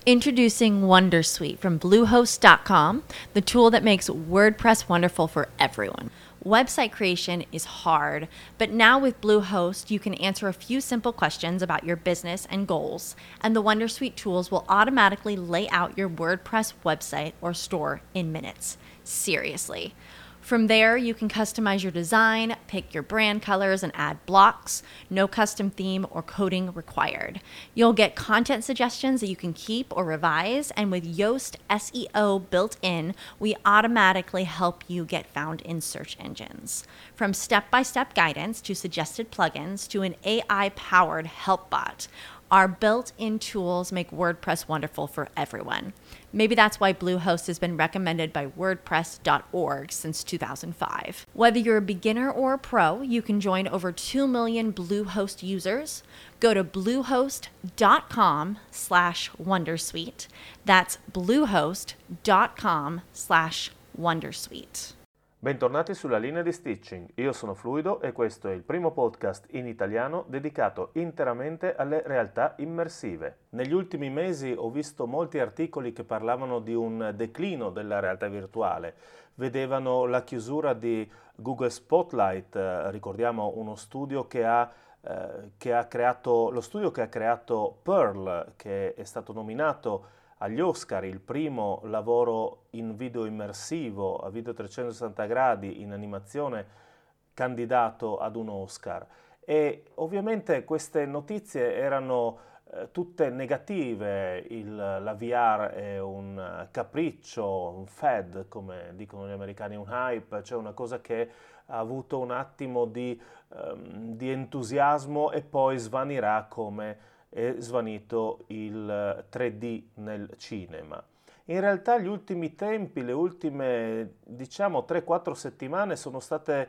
Introducing Wondersuite from Bluehost.com, the tool that makes WordPress wonderful for everyone. Website creation is hard, but now with Bluehost, you can answer a few simple questions about your business and goals, and the Wondersuite tools will automatically lay out your WordPress website or store in minutes. Seriously. From there, you can customize your design, pick your brand colors, and add blocks. No custom theme or coding required. You'll get content suggestions that you can keep or revise, and with Yoast SEO built in, we automatically help you get found in search engines. From step-by-step guidance to suggested plugins to an AI-powered help bot, our built-in tools make WordPress wonderful for everyone. Maybe that's why Bluehost has been recommended by WordPress.org since 2005. Whether you're a beginner or a pro, you can join over 2 million Bluehost users. Go to bluehost.com/wondersuite. That's bluehost.com/wondersuite. Bentornati sulla linea di Stitching, io sono Fluido e questo è il primo podcast in italiano dedicato interamente alle realtà immersive. Negli ultimi mesi ho visto molti articoli che parlavano di un declino della realtà virtuale, vedevano la chiusura di Google Spotlight, ricordiamo uno studio che ha creato, lo studio che ha creato Pearl, che è stato nominato agli Oscar, il primo lavoro in video immersivo, a video 360 gradi, in animazione, candidato ad un Oscar. E ovviamente queste notizie erano tutte negative, la VR è un capriccio, un fad, come dicono gli americani, un hype, cioè una cosa che ha avuto un attimo di entusiasmo e poi svanirà come è svanito il 3D nel cinema. In realtà gli ultimi tempi, le ultime 3-4 settimane sono state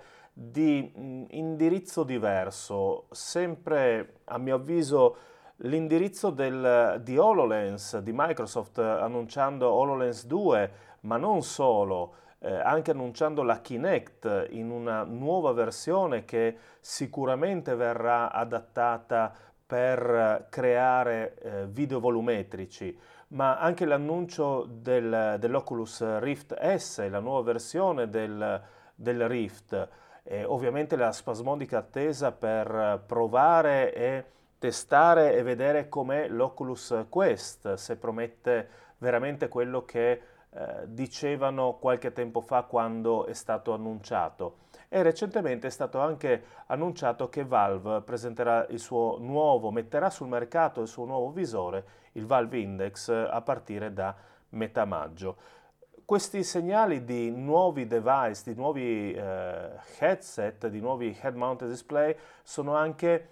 di indirizzo diverso, sempre a mio avviso l'indirizzo di HoloLens di Microsoft annunciando HoloLens 2, ma non solo, anche annunciando la Kinect in una nuova versione che sicuramente verrà adattata per creare video volumetrici, ma anche l'annuncio dell'Oculus Rift S, la nuova versione del Rift, ovviamente la spasmodica attesa per provare e testare e vedere com'è l'Oculus Quest, se promette veramente quello che dicevano qualche tempo fa quando è stato annunciato. E recentemente è stato anche annunciato che Valve presenterà metterà sul mercato il suo nuovo visore, il Valve Index, a partire da metà maggio. Questi segnali di nuovi device, di nuovi headset, di nuovi head-mounted display sono anche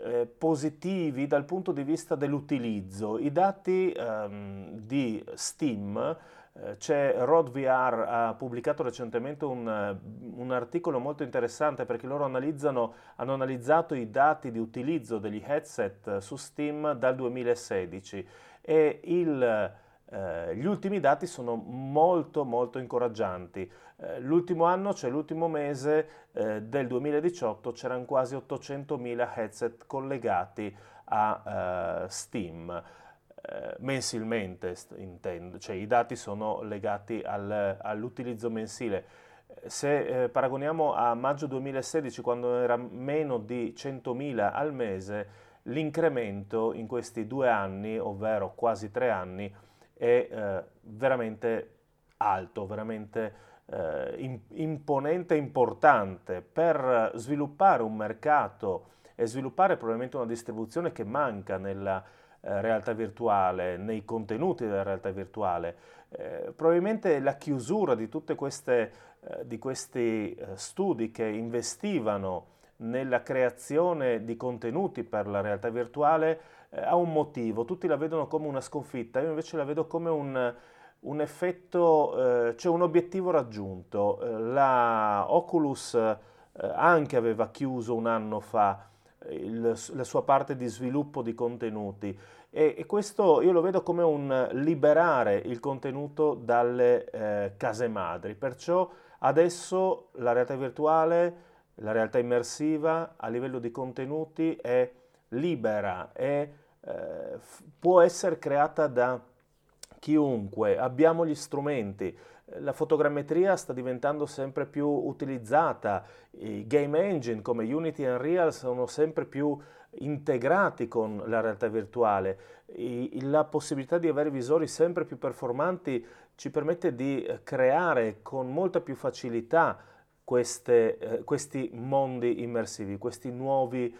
positivi dal punto di vista dell'utilizzo. I dati di Steam, c'è RodVR, ha pubblicato recentemente un articolo molto interessante perché loro hanno analizzato i dati di utilizzo degli headset su Steam dal 2016 e gli ultimi dati sono molto molto incoraggianti. L'ultimo anno, cioè l'ultimo mese del 2018, c'erano quasi 800.000 headset collegati a Steam. Mensilmente intendo, cioè i dati sono legati all'utilizzo mensile. Se paragoniamo a maggio 2016, quando era meno di 100.000 al mese, l'incremento in questi 2 anni, ovvero quasi 3 anni, è veramente alto, veramente imponente e importante per sviluppare un mercato e sviluppare probabilmente una distribuzione che manca nella realtà virtuale, nei contenuti della realtà virtuale. Probabilmente la chiusura di tutte di questi studi che investivano nella creazione di contenuti per la realtà virtuale ha un motivo. Tutti la vedono come una sconfitta, io invece la vedo come un effetto, cioè un obiettivo raggiunto. La Oculus anche aveva chiuso un anno fa la sua parte di sviluppo di contenuti e questo io lo vedo come un liberare il contenuto dalle case madri, perciò adesso la realtà virtuale, la realtà immersiva a livello di contenuti è libera e può essere creata da chiunque, abbiamo gli strumenti. La fotogrammetria sta diventando sempre più utilizzata, i game engine come Unity e Unreal sono sempre più integrati con la realtà virtuale. La possibilità di avere visori sempre più performanti ci permette di creare con molta più facilità questi mondi immersivi, questi nuovi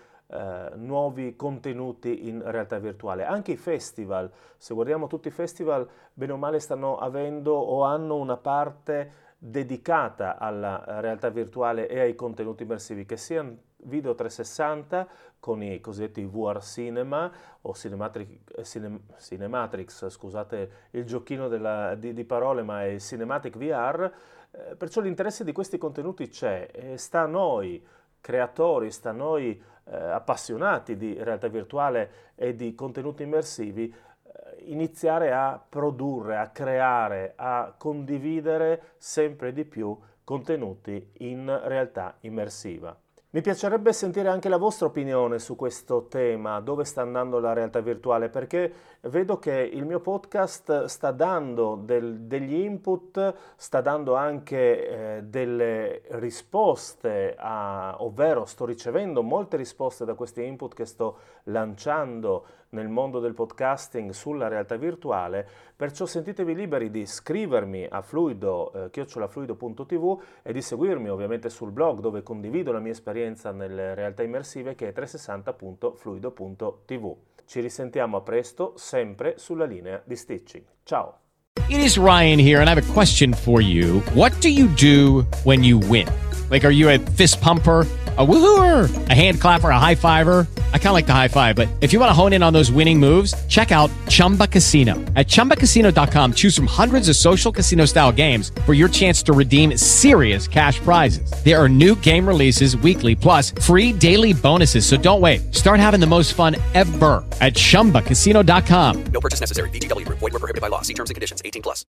contenuti in realtà virtuale. Anche i festival, se guardiamo tutti i festival, bene o male stanno avendo o hanno una parte dedicata alla realtà virtuale e ai contenuti immersivi, che siano video 360 con i cosiddetti VR Cinema o Cinematrix, scusate il giochino di parole, ma è Cinematic VR. Perciò l'interesse di questi contenuti c'è e sta a noi creatori, sta a noi appassionati di realtà virtuale e di contenuti immersivi iniziare a produrre, a creare, a condividere sempre di più contenuti in realtà immersiva. Mi piacerebbe sentire anche la vostra opinione su questo tema, dove sta andando la realtà virtuale, perché vedo che il mio podcast sta dando degli input, sta dando anche delle risposte, ovvero sto ricevendo molte risposte da questi input che sto lanciando nel mondo del podcasting sulla realtà virtuale, perciò sentitevi liberi di scrivermi a fluido@fluido.tv e di seguirmi ovviamente sul blog dove condivido la mia esperienza nelle realtà immersive, che è 360.fluido.tv. Ci risentiamo a presto, sempre sulla linea di Stitching. Ciao! It is Ryan here, and I have a question for you. What do you do when you win? Like, are you a fist pumper, a woohooer, a hand clapper, a high fiver? I kind of like the high five, but if you want to hone in on those winning moves, check out Chumba Casino. At ChumbaCasino.com, choose from hundreds of social casino-style games for your chance to redeem serious cash prizes. There are new game releases weekly, plus free daily bonuses, so don't wait. Start having the most fun ever at ChumbaCasino.com. No purchase necessary. VGW Group. Void where prohibited by law. See terms and conditions. 18+.